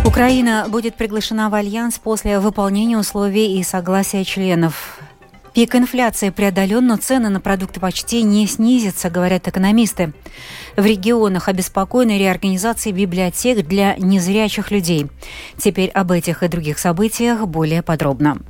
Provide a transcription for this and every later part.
Украина будет приглашена в Альянс после выполнения условий и согласия членов. Пик инфляции преодолен, но цены на продукты почти не снизятся, говорят экономисты. В регионах обеспокоены реорганизацией библиотек для незрячих людей. Теперь об этих и других событиях более подробно.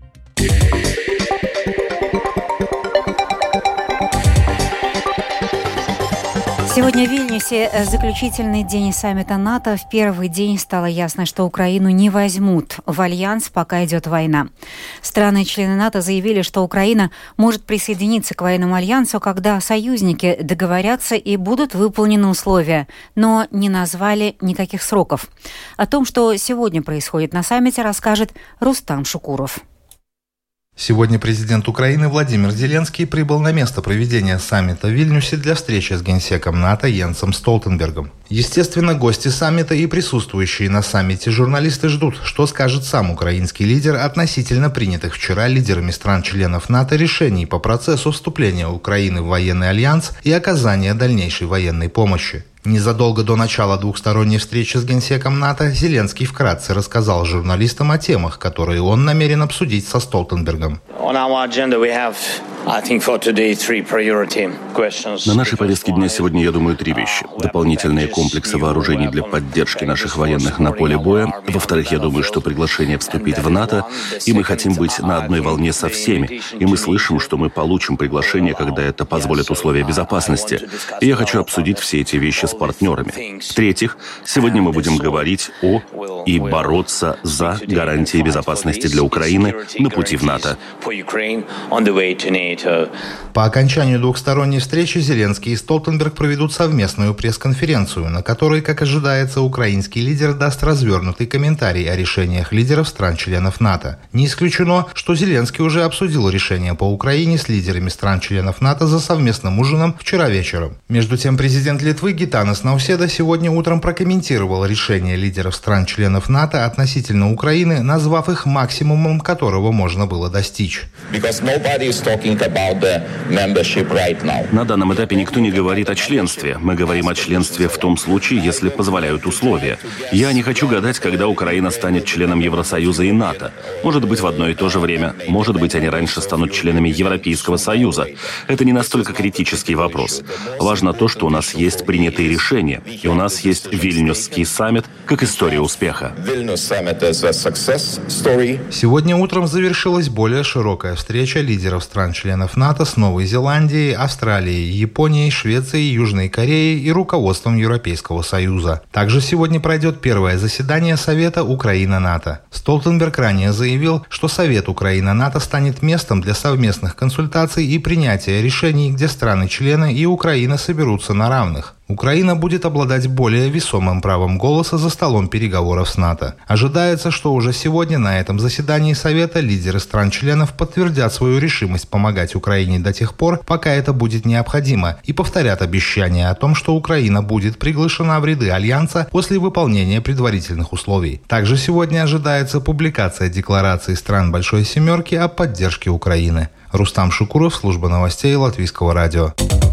Сегодня в Вильнюсе заключительный день саммита НАТО. В первый день стало ясно, что Украину не возьмут в Альянс, пока идет война. Страны-члены НАТО заявили, что Украина может присоединиться к военному альянсу, когда союзники договорятся и будут выполнены условия, но не назвали никаких сроков. О том, что сегодня происходит на саммите, расскажет Рустам Шукуров. Сегодня президент Украины Владимир Зеленский прибыл на место проведения саммита в Вильнюсе для встречи с генсеком НАТО Йенсом Столтенбергом. Естественно, гости саммита и присутствующие на саммите журналисты ждут, что скажет сам украинский лидер относительно принятых вчера лидерами стран-членов НАТО решений по процессу вступления Украины в военный альянс и оказания дальнейшей военной помощи. Незадолго до начала двухсторонней встречи с генсеком НАТО Зеленский вкратце рассказал журналистам о темах, которые он намерен обсудить со Столтенбергом. На нашей повестке дня сегодня, я думаю, три вещи. Дополнительные комплексы вооружений для поддержки наших военных на поле боя. Во-вторых, я думаю, что приглашение вступить в НАТО. И мы хотим быть на одной волне со всеми. И мы слышим, что мы получим приглашение, когда это позволят условия безопасности. И я хочу обсудить все эти вещи с партнерами. В-третьих, сегодня мы будем говорить о и бороться за гарантии безопасности для Украины на пути в НАТО. По окончанию двухсторонней встречи Зеленский и Столтенберг проведут совместную пресс-конференцию, на которой, как ожидается, украинский лидер даст развернутый комментарий о решениях лидеров стран-членов НАТО. Не исключено, что Зеленский уже обсудил решение по Украине с лидерами стран-членов НАТО за совместным ужином вчера вечером. Между тем, президент Литвы Гитанас Науседа сегодня утром прокомментировал решение лидеров стран-членов НАТО относительно Украины, назвав их максимумом, которого можно было достичь. На данном этапе никто не говорит о членстве. Мы говорим о членстве в том случае, если позволяют условия. Я не хочу гадать, когда Украина станет членом Евросоюза и НАТО. Может быть, в одно и то же время. Может быть, они раньше станут членами Европейского Союза. Это не настолько критический вопрос. Важно то, что у нас есть принятые решения. И у нас есть Вильнюсский саммит как история успеха. Сегодня утром завершилась более широкая встреча лидеров стран-членов НАТО с Новой Зеландией, Австралией, Японией, Швецией, Южной Кореей и руководством Европейского Союза. Также сегодня пройдет первое заседание Совета Украина-НАТО. Столтенберг ранее заявил, что Совет Украина-НАТО станет местом для совместных консультаций и принятия решений, где страны-члены и Украина соберутся на равных. Украина будет обладать более весомым правом голоса за столом переговоров с НАТО. Ожидается, что уже сегодня на этом заседании Совета лидеры стран-членов подтвердят свою решимость помогать Украине до тех пор, пока это будет необходимо, и повторят обещание о том, что Украина будет приглашена в ряды Альянса после выполнения предварительных условий. Также сегодня ожидается публикация декларации стран Большой Семерки о поддержке Украины. Рустам Шукуров, служба новостей Латвийского радио.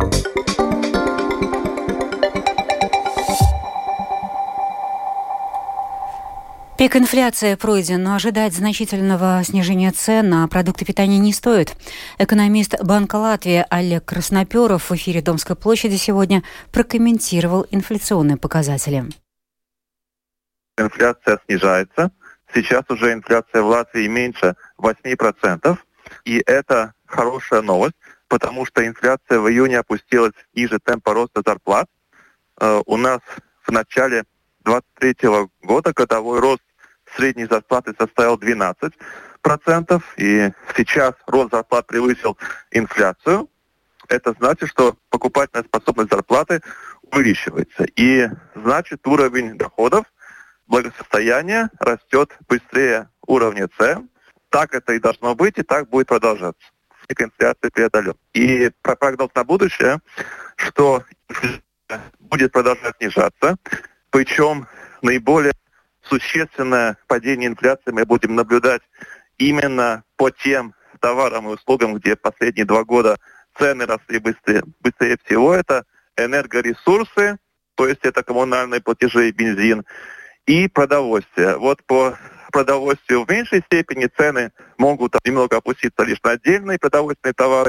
Пик инфляции пройден, но ожидать значительного снижения цен на продукты питания не стоит. Экономист Банка Латвии Олег Красноперов в эфире Домской площади сегодня прокомментировал инфляционные показатели. Инфляция снижается. Сейчас уже инфляция в Латвии меньше 8%. И это хорошая новость, потому что инфляция в июне опустилась ниже темпа роста зарплат. У нас в начале 2023 года годовой рост средней зарплаты составил 12%, и сейчас рост зарплат превысил инфляцию. Это значит, что покупательная способность зарплаты увеличивается. И значит, уровень доходов, благосостояния растет быстрее уровня цен. Так это и должно быть, и так будет продолжаться. Инфляция преодолен. И прогноз на будущее, что инфляция будет продолжать снижаться, причем наиболее существенное падение инфляции мы будем наблюдать именно по тем товарам и услугам, где последние 2 года цены росли быстрее всего. Это энергоресурсы, то есть это коммунальные платежи и бензин, и продовольствие. Вот по продовольствию в меньшей степени цены могут немного опуститься лишь на отдельные продовольственные товары.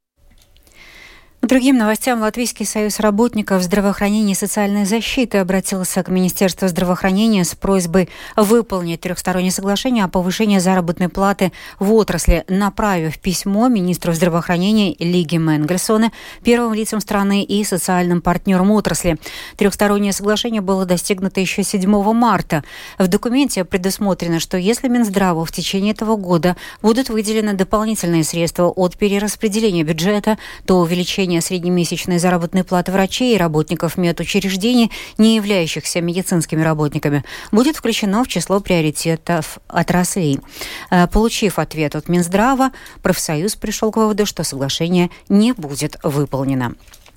К другим новостям Латвийский союз работников здравоохранения и социальной защиты обратился к Министерству здравоохранения с просьбой выполнить трехстороннее соглашение о повышении заработной платы в отрасли, направив письмо министру здравоохранения Лиги Менгельсоне, первым лицам страны и социальным партнерам отрасли. Трехстороннее соглашение было достигнуто еще 7 марта. В документе предусмотрено, что если Минздраву в течение этого года будут выделены дополнительные средства от перераспределения бюджета, то увеличение среднемесячной заработной платы врачей и работников медучреждений, не являющихся медицинскими работниками, будет включено в число приоритетов отраслей. Получив ответ от Минздрава, профсоюз пришел к выводу, что соглашение не будет выполнено.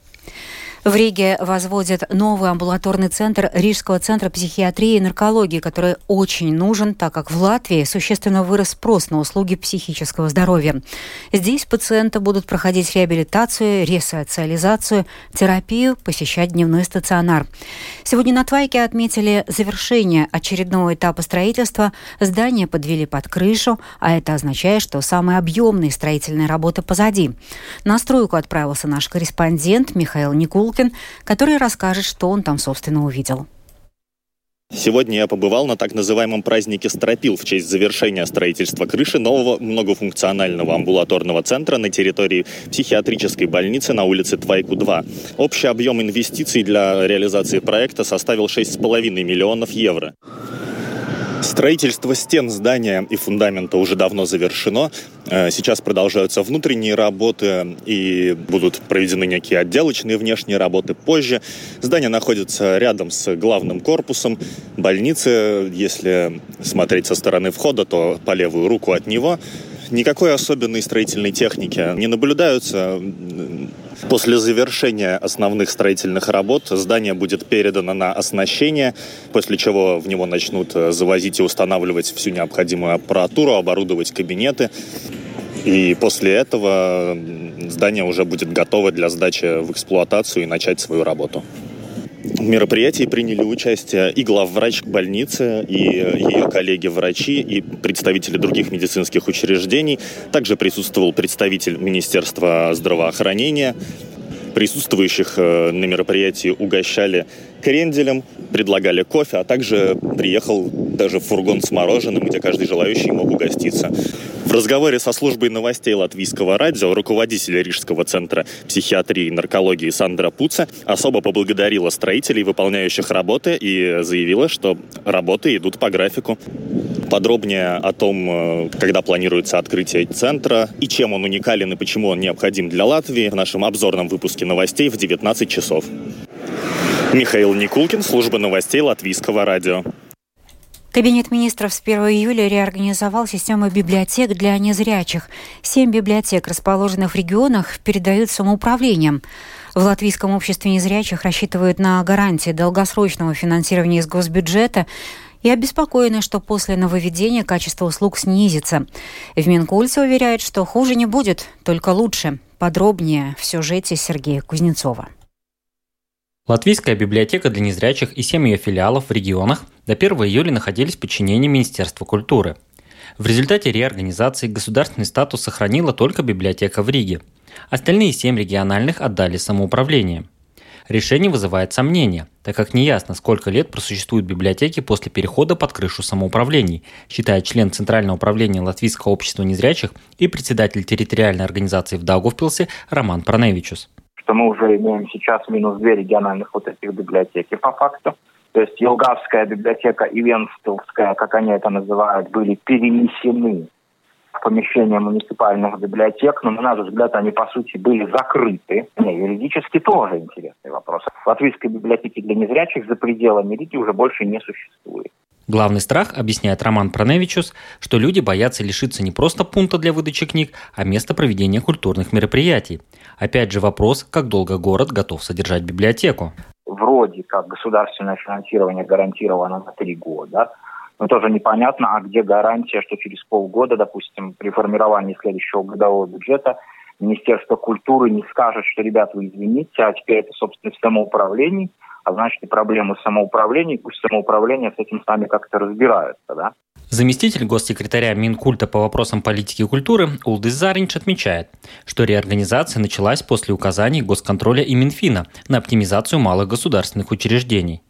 В Риге возводят новый амбулаторный центр Рижского центра психиатрии и наркологии, который очень нужен, так как в Латвии существенно вырос спрос на услуги психического здоровья. Здесь пациенты будут проходить реабилитацию, ресоциализацию, терапию, посещать дневной стационар. Сегодня на Твайке отметили завершение очередного этапа строительства. Здание подвели под крышу, а это означает, что самые объемные строительные работы позади. На стройку отправился наш корреспондент Михаил Никулкин, который расскажет, что он там, собственно, увидел. Сегодня я побывал на так называемом празднике «Стропил» в честь завершения строительства крыши нового многофункционального амбулаторного центра на территории психиатрической больницы на улице Твайку-2. Общий объем инвестиций для реализации проекта составил 6,5 миллионов евро. Строительство стен здания и фундамента уже давно завершено. Сейчас продолжаются внутренние работы и будут проведены некие отделочные внешние работы позже. Здание находится рядом с главным корпусом больницы. Если смотреть со стороны входа, то по левую руку от него. Никакой особенной строительной техники не наблюдается. После завершения основных строительных работ здание будет передано на оснащение, после чего в него начнут завозить и устанавливать всю необходимую аппаратуру, оборудовать кабинеты. И после этого здание уже будет готово для сдачи в эксплуатацию и начать свою работу. В мероприятии приняли участие и главврач больницы, и ее коллеги-врачи, и представители других медицинских учреждений. Также присутствовал представитель Министерства здравоохранения. Присутствующих на мероприятии угощали кренделем, предлагали кофе, а также приехал даже фургон с мороженым, где каждый желающий мог угоститься. В разговоре со службой новостей Латвийского радио руководитель Рижского центра психиатрии и наркологии Сандра Пуца особо поблагодарила строителей, выполняющих работы, и заявила, что работы идут по графику. Подробнее о том, когда планируется открытие центра и чем он уникален и почему он необходим для Латвии, в нашем обзорном выпуске новостей в 19 часов. Михаил Никулкин, служба новостей Латвийского радио. Кабинет министров с 1 июля реорганизовал систему библиотек для незрячих. 7 библиотек, расположенных в регионах, передают самоуправлением. В Латвийском обществе незрячих рассчитывают на гарантии долгосрочного финансирования из госбюджета и обеспокоены, что после нововведения качество услуг снизится. В Минкульте уверяют, что хуже не будет, только лучше. Подробнее в сюжете Сергея Кузнецова. Латвийская библиотека для незрячих и 7 ее филиалов в регионах до 1 июля находились в подчинении Министерства культуры. В результате реорганизации государственный статус сохранила только библиотека в Риге. Остальные 7 региональных отдали самоуправление. Решение вызывает сомнения, так как неясно, сколько лет просуществуют библиотеки после перехода под крышу самоуправлений, считает член Центрального управления Латвийского общества незрячих и председатель территориальной организации в Даугавпилсе Роман Праневичус. Что мы уже имеем сейчас минус 2 региональных вот этих библиотеки по факту. То есть Елгавская библиотека и Венспилская, как они это называют, были перенесены в помещение муниципальных библиотек, но, на наш взгляд, они, по сути, были закрыты. Юридически тоже интересный вопрос. Латвийской библиотеки для незрячих за пределами Риги уже больше не существует. Главный страх, объясняет Роман Праневичус, что люди боятся лишиться не просто пункта для выдачи книг, а места проведения культурных мероприятий. Опять же вопрос, как долго город готов содержать библиотеку. Вроде как государственное финансирование гарантировано на 3 года, но тоже непонятно, а где гарантия, что через полгода, допустим, при формировании следующего годового бюджета Министерство культуры не скажет, что, ребят, вы извините, а теперь это, собственно, самоуправление, а значит и проблемы самоуправления, пусть самоуправление с этим сами как-то разбираются, да. Заместитель госсекретаря Минкульта по вопросам политики и культуры Улдис Заринч отмечает, что реорганизация началась после указаний Госконтроля и Минфина на оптимизацию малых государственных учреждений.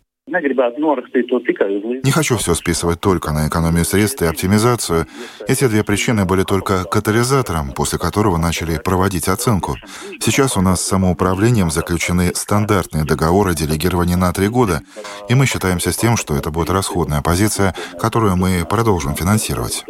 Не хочу все списывать только на экономию средств и оптимизацию. Эти две причины были только катализатором, после которого начали проводить оценку. Сейчас у нас с самоуправлением заключены стандартные договоры делегирования на 3 года, и мы считаемся с тем, что это будет расходная позиция, которую мы продолжим финансировать.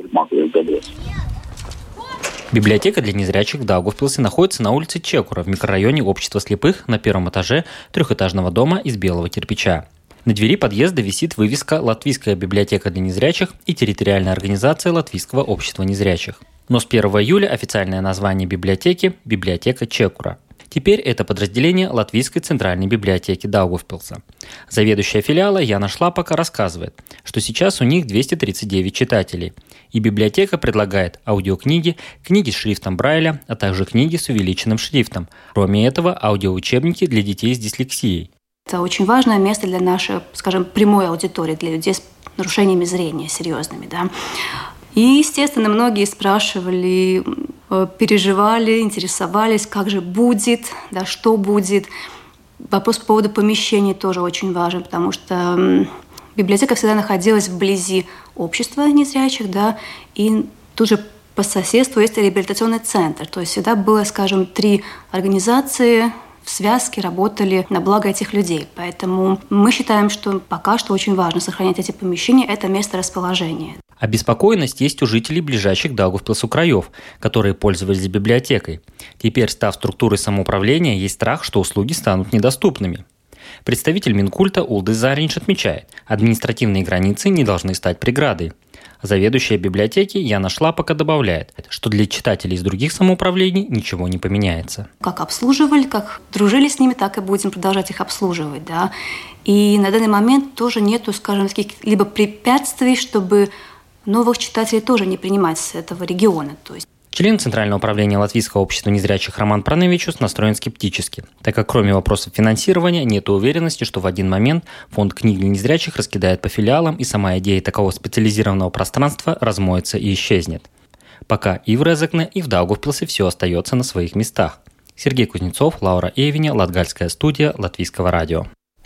Библиотека для незрячих в Даугавпилсе находится на улице Чекура в микрорайоне Общества слепых на 1-м этаже 3-этажного дома из белого кирпича. На двери подъезда висит вывеска «Латвийская библиотека для незрячих» и территориальная организация Латвийского общества незрячих. Но с 1 июля официальное название библиотеки – библиотека Чекура. Теперь это подразделение Латвийской центральной библиотеки Даугавпилса. Заведующая филиала Яна Шлапака рассказывает, что сейчас у них 239 читателей. И библиотека предлагает аудиокниги, книги с шрифтом Брайля, а также книги с увеличенным шрифтом. Кроме этого, аудиоучебники для детей с дислексией. Это очень важное место для нашей, скажем, прямой аудитории, для людей с нарушениями зрения серьезными. Да. И, естественно, многие спрашивали, переживали, интересовались, как же будет, да, что будет. Вопрос по поводу помещений тоже очень важен, потому что библиотека всегда находилась вблизи общества незрячих, да, и тут же по соседству есть реабилитационный центр. То есть всегда было, скажем, 3 организации в связке работали на благо этих людей. Поэтому мы считаем, что пока что очень важно сохранять эти помещения, это место расположения. Обеспокоенность есть у жителей ближайших к Даугавпилсу краев, которые пользовались библиотекой. Теперь, став структурой самоуправления, есть страх, что услуги станут недоступными. Представитель Минкульта Улдис Заринч отмечает, административные границы не должны стать преградой. Заведующая библиотеки Яна Шлапака добавляет, что для читателей из других самоуправлений ничего не поменяется. Как обслуживали, как дружили с ними, так и будем продолжать их обслуживать. Да? И на данный момент тоже нету, скажем, каких-либо препятствий, чтобы новых читателей тоже не принимать с этого региона. То есть Член Центрального управления Латвийского общества незрячих Роман Праневичус настроен скептически, так как кроме вопросов финансирования нет уверенности, что в один момент фонд книг для незрячих раскидает по филиалам и сама идея такого специализированного пространства размоется и исчезнет. Пока и в Резекне, и в Даугавпилсе все остается на своих местах. Сергей Кузнецов, Лаура Эйвиня, Латгальская студия, Латвийского радио.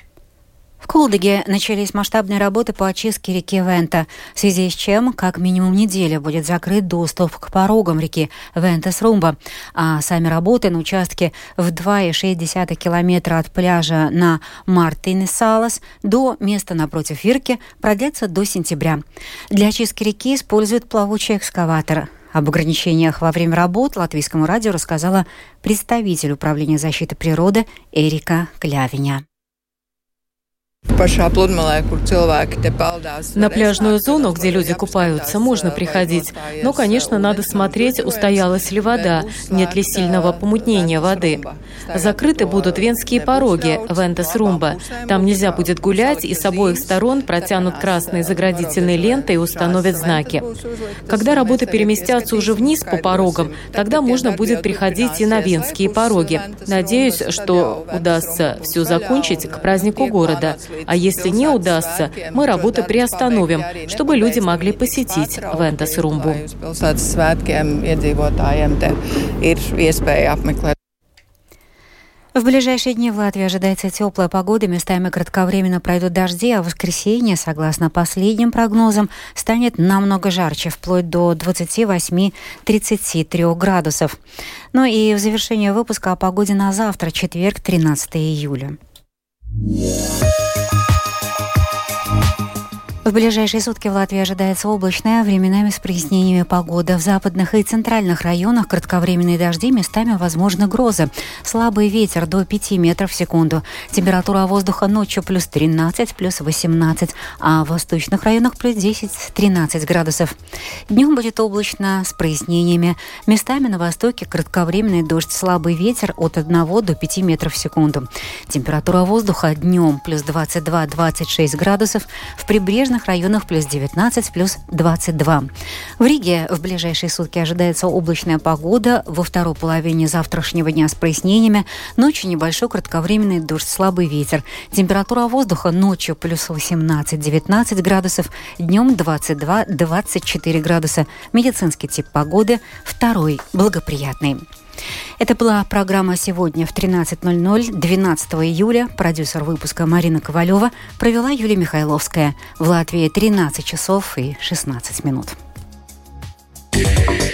В Кулдыге начались масштабные работы по очистке реки Вента, в связи с чем как минимум неделю будет закрыт доступ к порогам реки Вентас-Румба, а сами работы на участке в 2,6 километра от пляжа на Мартинес-Салас до места напротив Вирки продлятся до сентября. Для очистки реки используют плавучий экскаватор. Об ограничениях во время работ Латвийскому радио рассказала представитель Управления защиты природы Эрика Клявиня. На пляжную зону, где люди купаются, можно приходить. Но, конечно, надо смотреть, устоялась ли вода, нет ли сильного помутнения воды. Закрыты будут венские пороги Вентас-Румба. Там нельзя будет гулять, и с обоих сторон протянут красные заградительные ленты и установят знаки. Когда работы переместятся уже вниз по порогам, тогда можно будет приходить и на венские пороги. Надеюсь, что удастся все закончить к празднику города. А если не удастся, мы работы приостановим, чтобы люди могли посетить Вентас-Румбу. В ближайшие дни в Латвии ожидается теплая погода, местами кратковременно пройдут дожди, а в воскресенье, согласно последним прогнозам, станет намного жарче, вплоть до 28-33 градусов. Ну и в завершение выпуска о погоде на завтра, четверг, 13 июля. В ближайшие сутки в Латвии ожидается облачная, временами с прояснениями погода. В западных и центральных районах кратковременные дожди, местами возможны грозы. Слабый ветер до 5 метров в секунду. Температура воздуха ночью плюс 13, плюс 18, а в восточных районах плюс 10-13 градусов. Днем будет облачно с прояснениями. Местами на востоке кратковременный дождь, слабый ветер от 1 до 5 метров в секунду. Температура воздуха днем плюс 22-26 градусов. В прибрежных северных районах плюс 19, плюс 22. В Риге в ближайшие сутки ожидается облачная погода. Во второй половине завтрашнего дня с прояснениями. Ночью небольшой кратковременный дождь, слабый ветер. Температура воздуха ночью плюс 18-19 градусов, днем 22-24 градуса. Медицинский тип погоды второй, благоприятный. Это была программа «Сегодня» в 13:00, 12 июля. Продюсер выпуска Марина Ковалева, провела Юлия Михайловская. В Латвии 13 часов и 16 минут.